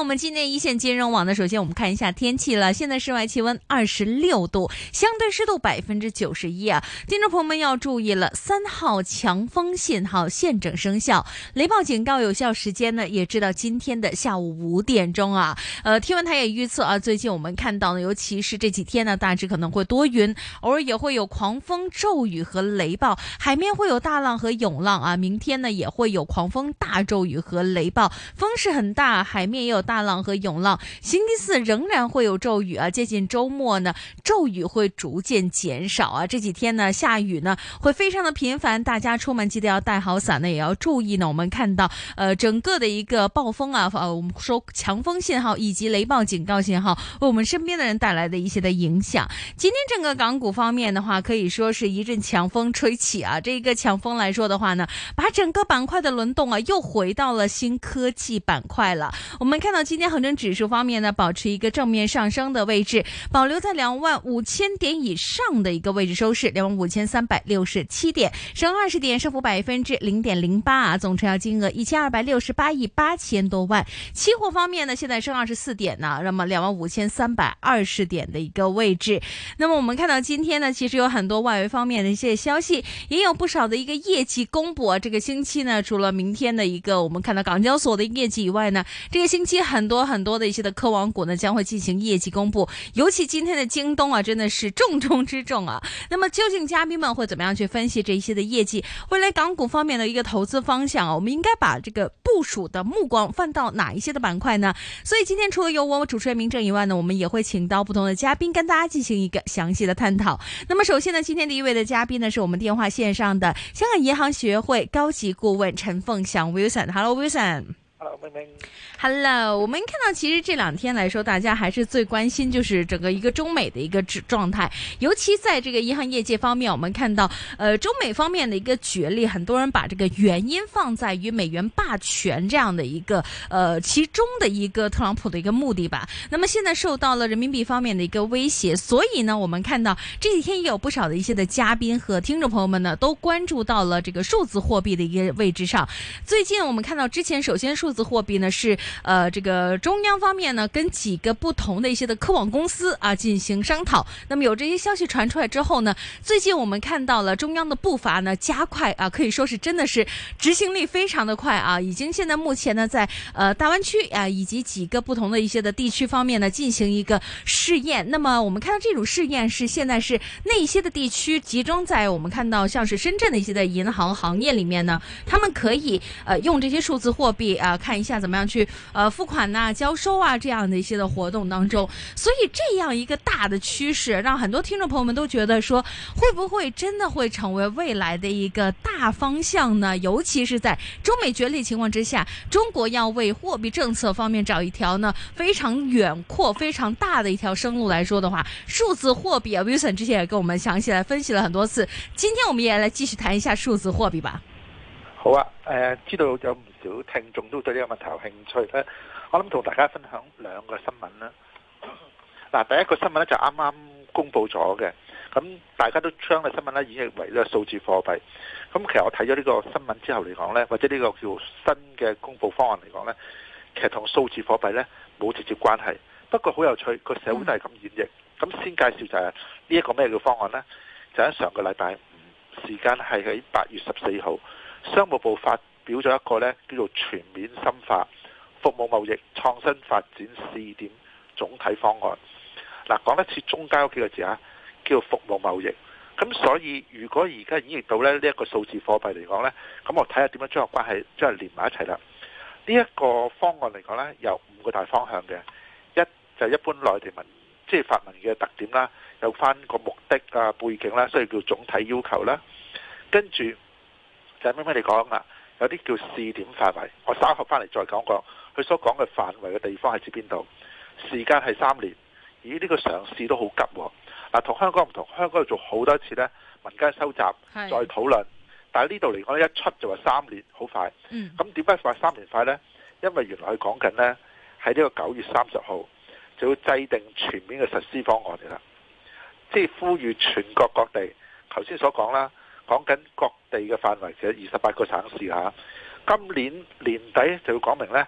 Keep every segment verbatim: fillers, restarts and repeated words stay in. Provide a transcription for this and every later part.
我们今天一线金融网呢，首先我们看一下天气了。现在室外气温二十六度，相对湿度百分之九十一啊。听众朋友们要注意了，三号强风信号现正生效，雷暴警告有效时间呢，也知道今天的下午五点钟啊。呃，天文台也预测啊，最近我们看到呢，尤其是这几天呢，大致可能会多云，偶尔也会有狂风、骤雨和雷暴，海面会有大浪和涌浪啊。明天呢，也会有狂风、大骤雨和雷暴，风势很大，海面也有大浪和涌浪。星期四仍然会有骤雨啊，接近周末呢，骤雨会逐渐减少啊。这几天呢，下雨呢会非常的频繁，大家出门记得要带好伞呢，也要注意呢。我们看到呃整个的一个暴风啊，呃我们说强风信号以及雷暴警告信号为我们身边的人带来的一些的影响。今天整个港股方面的话，可以说是一阵强风吹起啊。这个强风来说的话呢，把整个板块的轮动啊又回到了新科技板块了。我们看到今天恒生指数方面呢，保持一个正面上升的位置，保留在两万五千点以上的一个位置收市，两万五千三百六十七点，升二十点，升幅百分之零点零八啊，总成交金额一千二百六十八亿八千多万。期货方面呢，现在升二十四点呢，那么两万五千三百二十点的一个位置。那么我们看到今天呢，其实有很多外围方面的一些消息，也有不少的一个业绩公布啊。这个星期呢，除了明天的一个我们看到港交所的业绩以外呢，这个星期很多很多的一些的科网股呢将会进行业绩公布，尤其今天的京东啊，真的是重中之重啊。那么究竟嘉宾们会怎么样去分析这一些的业绩？未来港股方面的一个投资方向啊，我们应该把这个部署的目光放到哪一些的板块呢？所以今天除了由我主持人明正以外呢，我们也会请到不同的嘉宾跟大家进行一个详细的探讨。那么首先呢，今天第一位的嘉宾呢，是我们电话线上的香港银行学会高级顾问陈凤翔 Wilson。Hello Wilson。Hello 明明。 Hello， 我们看到其实这两天来说，大家还是最关心就是整个一个中美的一个状态，尤其在这个银行业界方面，我们看到呃中美方面的一个角力，很多人把这个原因放在于美元霸权这样的一个呃其中的一个特朗普的一个目的吧。那么现在受到了人民币方面的一个威胁，所以呢，我们看到这几天也有不少的一些的嘉宾和听众朋友们呢，都关注到了这个数字货币的一个位置上。最近我们看到之前，首先数字货币呢是呃，这个中央方面呢，跟几个不同的一些的科网公司啊进行商讨。那么有这些消息传出来之后呢，最近我们看到了中央的步伐呢加快啊，可以说是真的是执行力非常的快啊，已经现在目前呢在呃大湾区啊以及几个不同的一些的地区方面呢进行一个试验。那么我们看到这种试验是现在是那一些的地区集中在我们看到像是深圳的一些的银行行业里面呢，他们可以呃用这些数字货币啊看一下怎么样去。呃，付款呐、啊、交收啊这样的一些的活动当中，所以这样一个大的趋势，让很多听众朋友们都觉得说，会不会真的会成为未来的一个大方向呢？尤其是在中美角力情况之下，中国要为货币政策方面找一条呢非常远阔、非常大的一条生路来说的话，数字货币啊 ，Wilson 之前也跟我们详细来分析了很多次，今天我们也来继续談一下數字貨幣吧。 好啊，誒、呃，知道有唔少聽眾都對呢個問題有興趣咧，我諗同大家分享兩個新聞啦。嗱，第一個新聞咧就啱啱公佈咗嘅，咁大家都將個新聞咧演繹為呢個數字貨幣。咁其實我睇咗呢個新聞之後嚟講咧，或者呢個叫新嘅公佈方案嚟講咧，其實同數字貨幣咧冇直接關係。不過好有趣，個社會都係咁演繹。咁先介紹就係呢一個咩叫方案咧？就喺上個禮拜五，時間係喺八月十四號。商務部發表咗一個咧叫做全面深化服務貿易創新發展試點總體方案。嗱，講得似中間嗰幾個字啊，叫做服務貿易。咁所以如果而家演繹到咧呢一個數字貨幣嚟講咧，咁我睇下點樣將個關係將係連埋一齊啦。呢一個方案嚟講咧，有五個大方向嘅。一就係一般內地文即係法文嘅特點啦，有翻個目的啊背景啦，所以叫總體要求啦。跟住就係咩咩你講啦，有啲叫試點範圍，我稍後翻嚟再講講佢所講嘅範圍嘅地方係指邊度。時間係三年，咦呢個嘗試都好急喎。嗱，同香港唔同，香港要做好多次呢民間收集再討論，但係呢度嚟講一出就話三年，好快。咁點解話三年快呢？因為原來佢講緊呢喺呢個九月三十號就要制定全面嘅實施方案嘅啦，即係呼籲全國各地頭先所講啦。講緊各地嘅範圍，其實二十八個省市嚇。今年年底就要講明呢，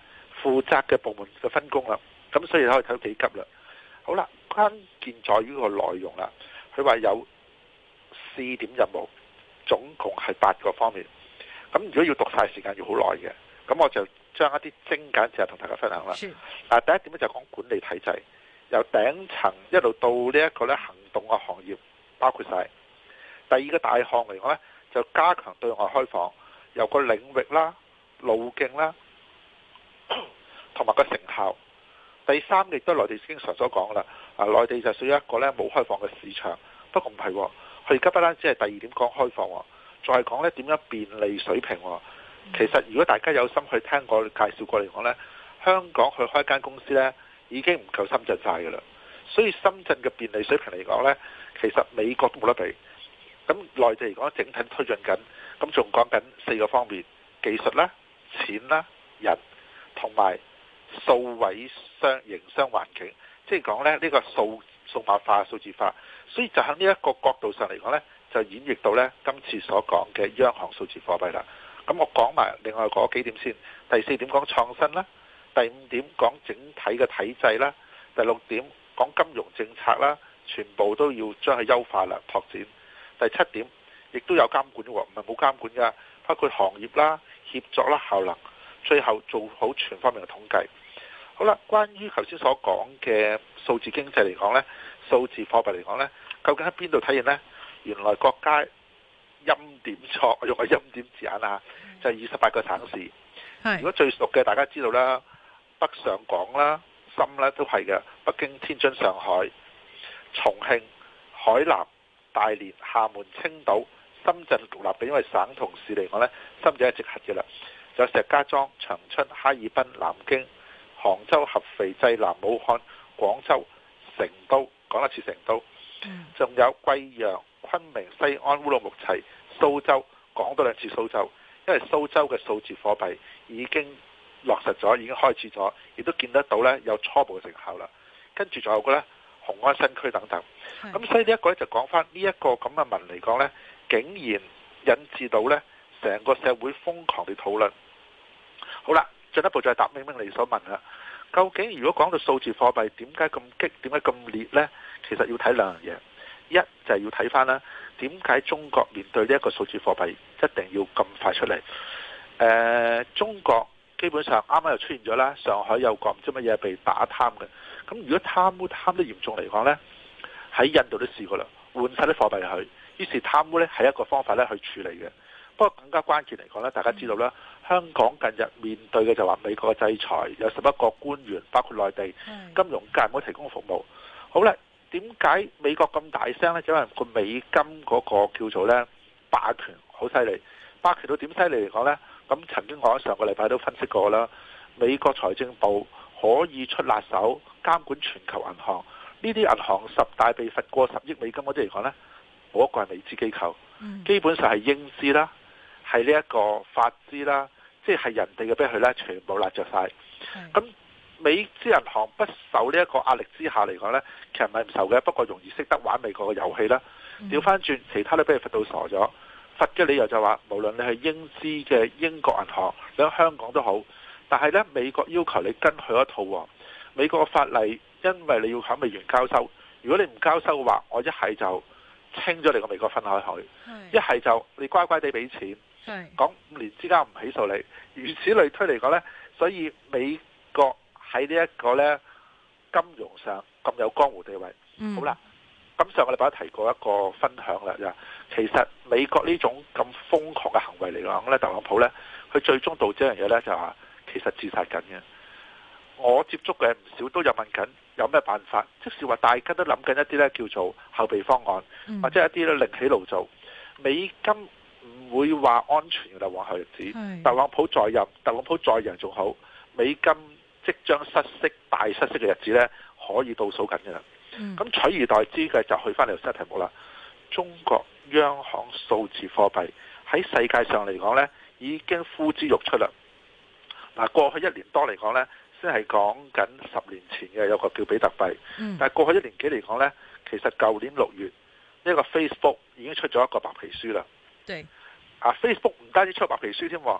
負責嘅部門嘅分工啦。咁所以可以睇到幾急啦。好啦，關鍵在於個內容啦。佢話有試點任務，總共係八個方面。咁如果要讀晒，時間要好耐嘅，咁我就將一啲精簡字同大家分享啦。啊，第一點咧就講管理體制，由頂層一路到呢一個咧行動嘅行業包括晒。第二個大項嚟講呢，就加強對外開放，由個領域啦、路徑啦，同埋個成效。第三亦都係內地經常所講啦，啊，內地就屬於一個咧冇開放嘅市場。不過唔係，佢而家不單止係第二點講開放，再係講咧點樣便利水平。其實如果大家有心去聽我介紹過嚟講呢，香港去開間公司呢已經唔夠深圳晒㗎啦。所以深圳嘅便利水平嚟講呢，其實美國都冇得比。咁內地嚟講整體推進緊，咁仲講緊四個方面：技術啦、錢啦、人同埋數位商營商環境，即係講咧呢個數數碼化、數字化。所以就喺呢一個角度上嚟講呢，就演繹到呢今次所講嘅央行數字貨幣啦。咁我講埋另外嗰幾點先。第四點講創新啦，第五點講整體嘅體制啦，第六點講金融政策啦，全部都要將佢優化啦、拓展。第七點亦都有監管喎，唔係冇監管㗎，包括行業啦、協作啦、效能，最後做好全方面嘅統計。好啦，關於頭先所講嘅數字經濟嚟講呢，數字貨幣嚟講呢，究竟喺邊度體現呢？原來國家欽點錯，我用個欽點字眼啊，就係二十八個省市。如果最熟嘅大家知道啦，北上廣啦、深啦都係嘅，北京、天津、上海、重慶、海南、大連、廈門、青島、深圳獨立嘅，因為省同市嚟講呢，深圳係直轄嘅啦。有石家莊、長春、哈爾濱、南京、杭州、合肥、濟南、武漢、廣州、成都，講一次成都，仲有貴陽、昆明、西安、烏魯木齊、蘇州，講多兩次蘇州，因為蘇州嘅數字貨幣已經落實咗，已經開始咗，亦都見得到呢有初步嘅成效啦。跟住仲有個呢雄安新區等等。咁所以呢一個呢，就講翻呢一個咁嘅文嚟講呢，竟然引致到呢成個社會瘋狂地討論。好啦，進一步再答明明你所問啦。究竟如果講到數字貨幣點解咁激，點解咁烈呢？其實要睇兩樣嘢。一就係要睇翻啦，點解中國面對呢一個數字貨幣一定要咁快出嚟？誒、呃，中國基本上啱啱又出現咗啦，上海有個唔知乜嘢被打貪嘅。咁如果貪污貪得嚴重嚟講呢，喺印度都試過啦，換晒啲貨幣去，於是貪污呢係一個方法咧去處理嘅。不過更加關鍵嚟講呢，大家知道啦，香港近日面對嘅就話美國嘅制裁，有十一個官員包括內地金融界唔可以提供服務。好啦，點解美國咁大聲呢？就因為個美金嗰個叫做呢霸權好犀利，霸權到點犀利嚟講呢？咁曾經我喺上個禮拜都分析過啦，美國財政部可以出辣手監管全球銀行，呢啲銀行十大被罰過十億美金嗰啲嚟講呢，冇一個係美資機構，基本上係英資啦，係呢一個法資啦，即係人哋嘅俾佢呢，全部辣着晒。咁美資銀行不受呢一個壓力之下嚟講呢，其實唔係唔受嘅，不過容易識得玩美國嘅遊戲啦。調翻轉，其他都俾佢罰到傻咗。罰嘅理由就話，無論你係英資嘅英國銀行，你喺香港都好，但係呢美國要求你跟佢一套喎。美國嘅法例，因為你要喺美元交收，如果你唔交收嘅話，我一係就清咗你個美國分開去，一係就你乖乖地俾錢，講五年之間唔起訴你，如此類推嚟講呢。所以美國喺呢一個呢金融上咁有江湖地位。嗯、好啦，咁上個禮拜提過一個分享啦，就其實美國呢種咁瘋狂嘅行為嚟講呢，特朗普呢，佢最終導致一樣嘢呢，就話其實自殺緊嘅。我接觸嘅唔少都有問緊有咩辦法，即使話大家都諗緊一啲呢叫做後備方案，嗯、或者一啲呢另起爐灶。美金唔會話安全嘅啦，往後日子，特朗普在任，特朗普在任仲好，美金即將失色、大失色嘅日子呢，可以倒數緊嘅啦。咁、嗯、取而代之嘅就去翻嚟頭先嘅題目啦。中國央行數字貨幣喺世界上嚟講呢，已經呼之欲出啦。嗱，過去一年多嚟講呢，先係講緊十年前嘅有個叫比特幣，嗯、但係過去一年幾嚟講呢，其實舊年六月呢、呢個 Facebook 已經出咗一個白皮書啦。對啊，Facebook 唔單止出白皮書添，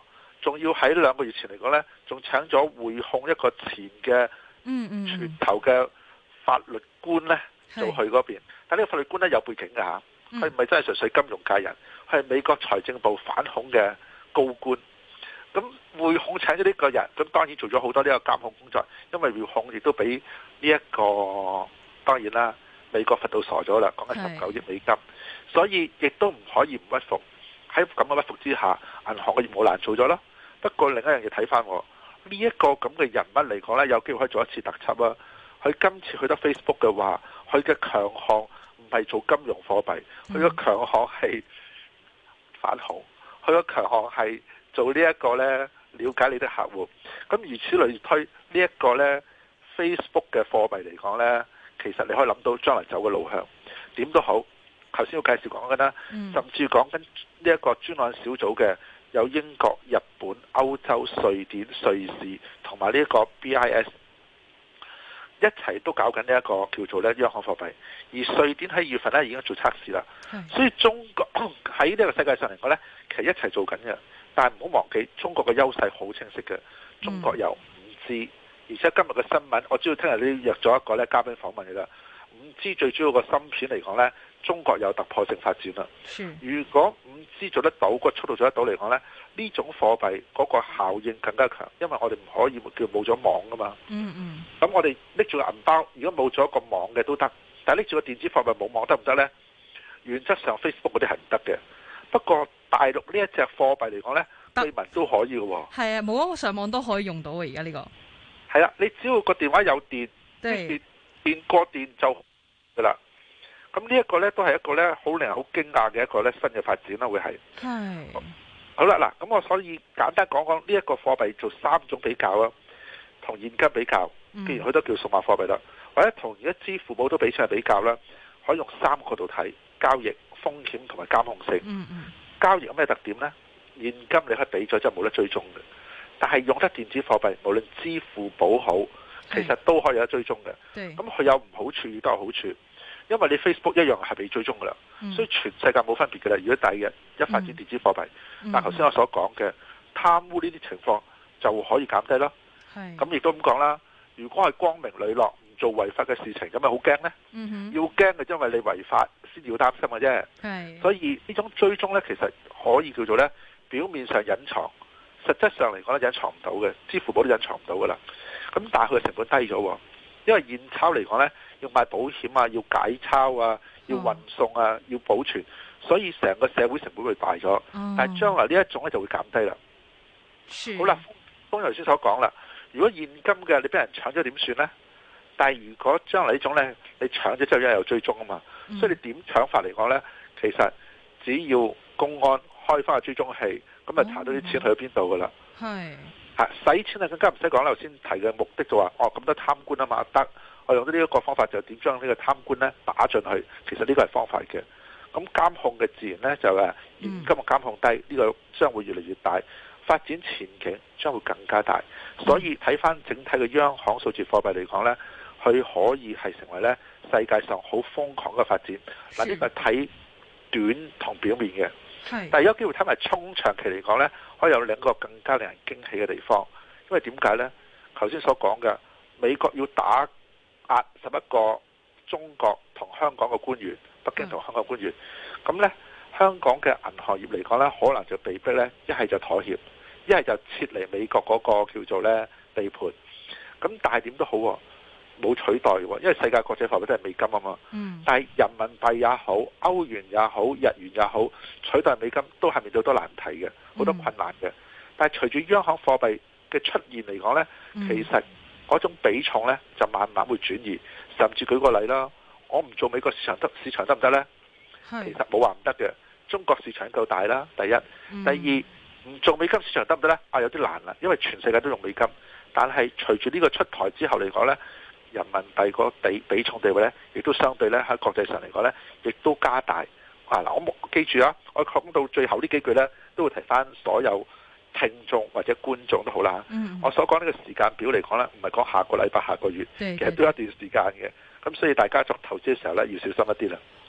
仲要喺兩個月前嚟講呢，仲請咗匯控一個前嘅全球嘅法律官呢做去嗰邊。但呢個法律官呢有背景㗎嚇，佢唔係真係純粹金融界人，佢係美國財政部反恐嘅高官。咁匯控請咗呢個人，咁當然做咗好多呢個監控工作，因為匯控亦都俾呢一個當然啦，美國罰到傻咗啦，講緊十九億美金，所以亦都唔可以唔屈服。喺咁嘅屈服之下，銀行嘅業務難做咗咯。不過另一樣嘢睇翻我呢一個咁嘅人物嚟講呢，有機會可以做一次特輯啊。佢今次去得 Facebook 嘅話，佢嘅強項唔係做金融貨幣，佢嘅強項係反恐，佢嘅強項係做呢一個呢，了解你的客戶。咁如此類推，呢、這、一個呢 Facebook 嘅貨幣嚟講呢，其實你可以諗到將來走嘅路向點都好。頭先我介紹講緊啦，甚至講緊呢一個專案小組嘅有英國、日本、歐洲、瑞典、瑞士同埋呢一個 B I S 一齊都搞緊呢一個叫做咧央行貨幣，而瑞典喺二月份咧已經做測試啦。所以中國喺呢個世界上嚟講呢，其實一齊做緊嘅。但係唔好忘記中國嘅優勢好清晰嘅，中國有五 G，而且今日嘅新聞我知道聽日你約咗一個咧嘉賓訪問嘅啦。五 G 最主要個芯片嚟講呢，中國有突破性發展啦。如果五 G 做得到，個速度做得到嚟講呢，呢種貨幣嗰個效應更加強，因為我哋唔可以叫冇咗網噶嘛。嗯嗯。咁我哋拎住個銀包，如果冇咗個網嘅都得，但係拎住個電子貨幣冇網得唔得呢？原則上 Facebook 嗰啲係唔得嘅。不過大陸呢一隻貨幣嚟講呢，居民都可以嘅喎。係啊， 冇一個上網都可以用到啊！而家呢個係啊，你只要個電話有電，電電過電就噶啦。咁呢一個呢，都係一個呢好令人好驚訝嘅一個呢新嘅發展啦，會係。係。好啦，嗱，咁我所以簡單講講呢一個貨幣做三種比較啊，同現金比較，既然佢都叫數碼貨幣啦，或者同而家支付寶都比出嚟比較啦，可以用三個角度睇：交易、風險同埋監控性。嗯嗯。交易有咩特點呢？現金你可以俾咗就冇得追蹤嘅，但係用得電子貨幣，無論支付寶好，其實都可以有得追蹤嘅。咁佢有唔好處亦都有好處，因為你 Facebook 一樣係被追蹤噶啦，嗯、所以全世界冇分別嘅啦。如果第日一發展電子貨幣，嗯、但係頭先我所講嘅貪污呢啲情況就可以減低啦。咁亦都咁講啦，如果係光明磊落唔做違法嘅事情，咁咪好驚呢？嗯、要驚嘅因為你違法先要擔心嘅啫。所以呢種追蹤呢，其實可以叫做呢，表面上隱藏，實質上嚟講咧隱藏唔到嘅，支付寶都隱藏唔到噶啦。咁但係佢嘅成本低咗，因為現鈔嚟講呢，要買保險啊，要解鈔啊，要運送啊，要保存，所以成個社會成本會大咗。嗯、但係將來呢一種咧就會減低啦。好啦，風頭先所講啦，如果現金嘅你俾人搶咗點算呢？但係如果將來呢種呢，你搶咗之後因為有追蹤啊嘛，嗯、所以你點搶法嚟講呢？其實只要公安開翻個追蹤器，咁就查到啲錢去咗邊度噶啦。係嚇使錢啊，更加唔使講啦。頭先提嘅目的就話，哦咁多貪官啊嘛，得我用咗呢一個方法就點將呢個貪官呢打進去。其實呢個係方法嘅。咁監控嘅自然呢，就係現金嘅監控低，呢、嗯、個將會越嚟越大，發展前景將會更加大。所以睇翻整體嘅央行數字貨幣嚟講呢，佢可以係成為呢世界上好瘋狂嘅發展。嗱，呢個係睇短同表面嘅。但係有機會睇埋中長期嚟講呢，可以有兩個更加令人驚喜嘅地方。因為點解呢？頭先所講嘅美國要打壓十一個中國同香港嘅官員，北京同香港官員，咁呢，香港嘅銀行業嚟講呢，可能就被逼呢，一係就妥協，一係就撤離美國嗰個叫做呢地盤。咁但係點都好喎，冇取代喎，因為世界國際貨幣都係美金啊嘛。嗯、但係人民幣也好，歐元也好，日元也好，取代美金都係面對好多難題嘅，好多困難嘅。嗯、但係隨住央行貨幣嘅出現嚟講呢，嗯、其實嗰種比重呢就慢慢會轉移。甚至舉個例啦，我唔做美國市場得市場得唔得呢？是其實冇話唔得嘅，中國市場夠大啦。第一，嗯、第二唔做美金市場得唔得呢？啊，有啲難啦，因為全世界都用美金。但係隨住呢個出台之後嚟講呢，人民幣個比比重地位呢，亦都相對呢喺國際上嚟講呢，亦都加大。啊嗱，我冇記住啊，我講到最後呢幾句呢，都會提翻所有聽眾或者觀眾都好啦。嗯、我所講呢個時間表嚟講呢，唔係講下個禮拜、下個月，對對對，其實都有一段時間嘅。咁所以大家作投資嘅時候呢，要小心一啲啦。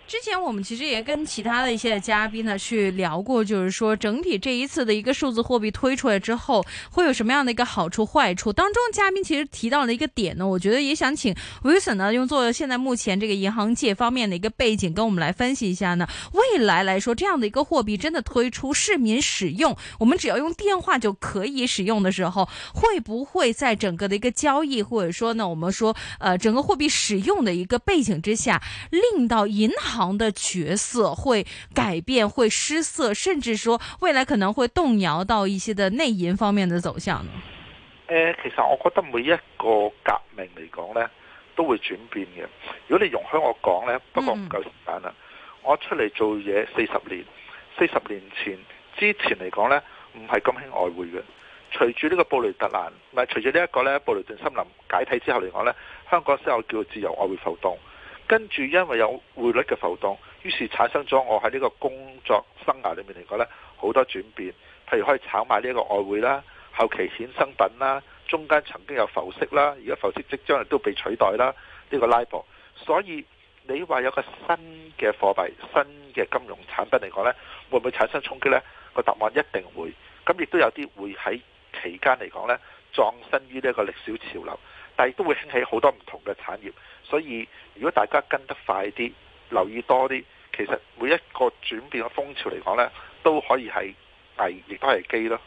之前我们其實也跟其他的一些嘉賓呢去聊過，就是說整體這一次的一個數字貨幣推出來之後，會有什麼樣的一個好處壞處？當中嘉賓其實提到了一個點呢，我覺得也想請 Wilson 呢用作現在目前這個銀行界方面的一個背景，跟我們來分析一下呢。未來來說，這樣的一個貨幣真的推出市民使用，我們只要用電話就可以使用的時候，會不會在整個的一個交易，或者說呢，我們說呃整個貨幣使用的一個背景之下，令到銀行行的角色會改變，會失色，甚至說未來可能會動搖到一些的內銀方面的走向呢？ 誒、呃，其實我覺得每一個革命嚟講呢，都會轉變嘅。如果你容許我講呢，不過唔夠時間啦。嗯、我出嚟做嘢四十年，四十年前之前嚟講呢，唔係咁興外匯嘅。隨住呢個布雷特蘭，唔係隨住呢一個呢布雷頓森林解體之後嚟講呢，香港先有叫做自由外匯浮動。跟住因為有匯率嘅浮動，於是產生咗我喺呢個工作生涯裏面嚟講呢，好多轉變。譬如可以炒賣呢一個外匯啦，後期衍生品啦，中間曾經有浮息啦，而家浮息即將亦都被取代啦。呢、這個 LIBOR，所以你話有個新嘅貨幣、新嘅金融產品嚟講呢，會唔會產生衝擊呢？個答案一定會。咁亦都有啲會喺期間嚟講呢，葬身於呢一個歷史潮流，但係都會興起好多唔同嘅產業。所以如果大家跟得快啲，留意多啲，其實每一個轉變嘅風潮嚟講呢，都可以係危，亦都係機咯。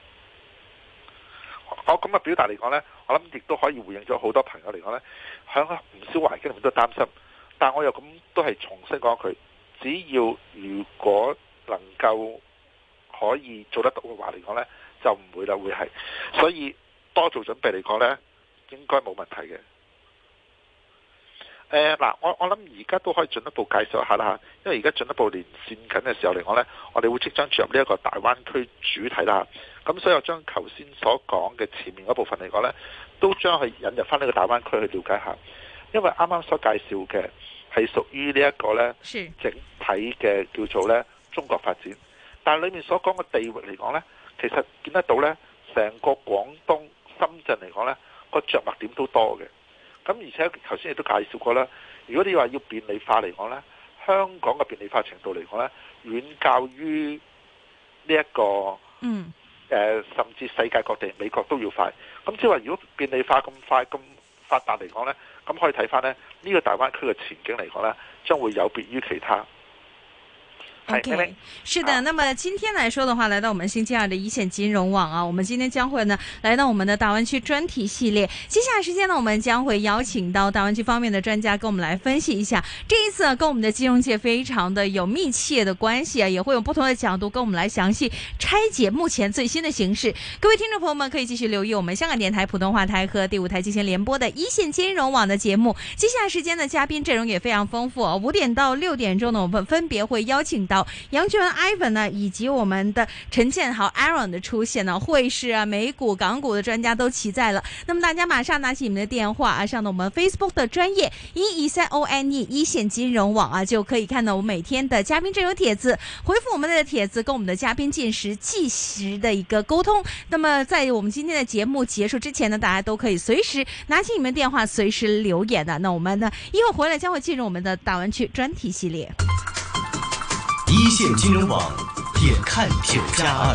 我咁嘅表達嚟講呢，我諗亦都可以回應咗好多朋友嚟講呢，響唔少環境裏面都擔心。但我又咁都係重新講佢，只要如果能夠可以做得到嘅話嚟講呢，就唔會啦，會係。所以多做準備嚟講呢，應該冇問題嘅。誒嗱、呃，我我諗而家都可以進一步介紹一下啦，因為而家進一步連線緊嘅時候嚟講呢，我哋會即將進入呢一個大灣區主題啦。咁所以我將頭先所講嘅前面嗰部分嚟講呢，都將佢引入翻呢個大灣區去了解下。因為啱啱所介紹嘅係屬於呢一個呢整體嘅叫做呢中國發展，但係裡面所講嘅地域嚟講呢，其實見得到呢，成個廣東深圳嚟講呢，個着墨點都多嘅。咁而且頭先亦都介紹過啦，如果你話要便利化嚟講呢，香港嘅便利化程度嚟講呢，遠較於呢一個嗯、呃、甚至世界各地美國都要快。咁即係話，如果便利化咁快咁發達嚟講呢，咁可以睇翻呢，呢個大灣區嘅前景嚟講呢，將會有別於其他。 OK， 是的，那麼今天來說的話，來到我們星期二的一線金融網啊，我們今天將會呢來到我們的大灣區專題系列。接下來時間呢，我們將會邀請到大灣區方面的專家跟我們來分析一下，這一次啊，跟我們的金融界非常的有密切的關係啊，也會有不同的角度跟我們來詳細拆解目前最新的形勢。各位聽眾朋友們可以繼續留意我們香港電台普通話台和第五台進行聯播的一線金融網的節目。接下來時間的嘉賓陣容也非常豐富啊，五點到六點鐘呢，我們分別會邀請到楊俊文 Ivan 呢，以及我們的陳建豪 Aaron 的出現呢，匯市啊、美股、港股的專家都齊在了。那麼大家馬上拿起你們的電話啊，上到我們 Facebook 的專頁一一三 O N E 一線金融網啊，就可以看到我們每天的嘉賓陣容帖子，回復我們的帖子，跟我們的嘉賓進行即時的一個溝通。那麼在我們今天的節目結束之前呢，大家都可以隨時拿起你們電話，隨時留言的。那我們呢，一會回來將會進入我們的大灣區專題系列。 一線金融網點看九加二，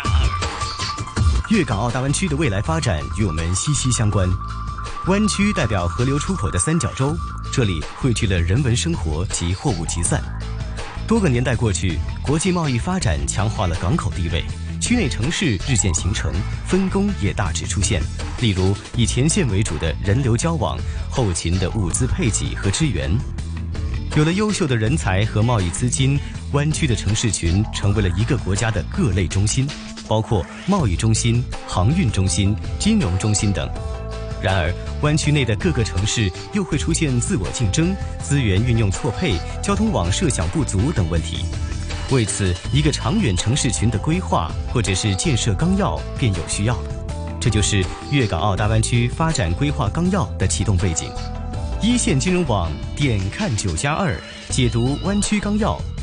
粵港澳大灣區的未來發展與我們息息相關。灣區代表河流出口的三角洲，這裡匯聚了人文生活及貨物集散。多個年代過去，國際貿易發展強化了港口地位，區內城市日漸形成，分工也大致出現。例如以前線為主的人流交往，後勤的物資配給和支援。有了優秀的人才和貿易資金，灣區的城市群成為了一個國家的各類中心，包括貿易中心、航運中心、金融中心等。然而，灣區內的各個城市又會出現自我競爭、資源運用錯配、交通網設想不足等問題。為此，一個長遠城市群的規劃或者是建設綱要便有需要了。這就是粵港澳大灣區發展規劃綱要的啟動背景。一線金融網點看九加二，解讀灣區綱要。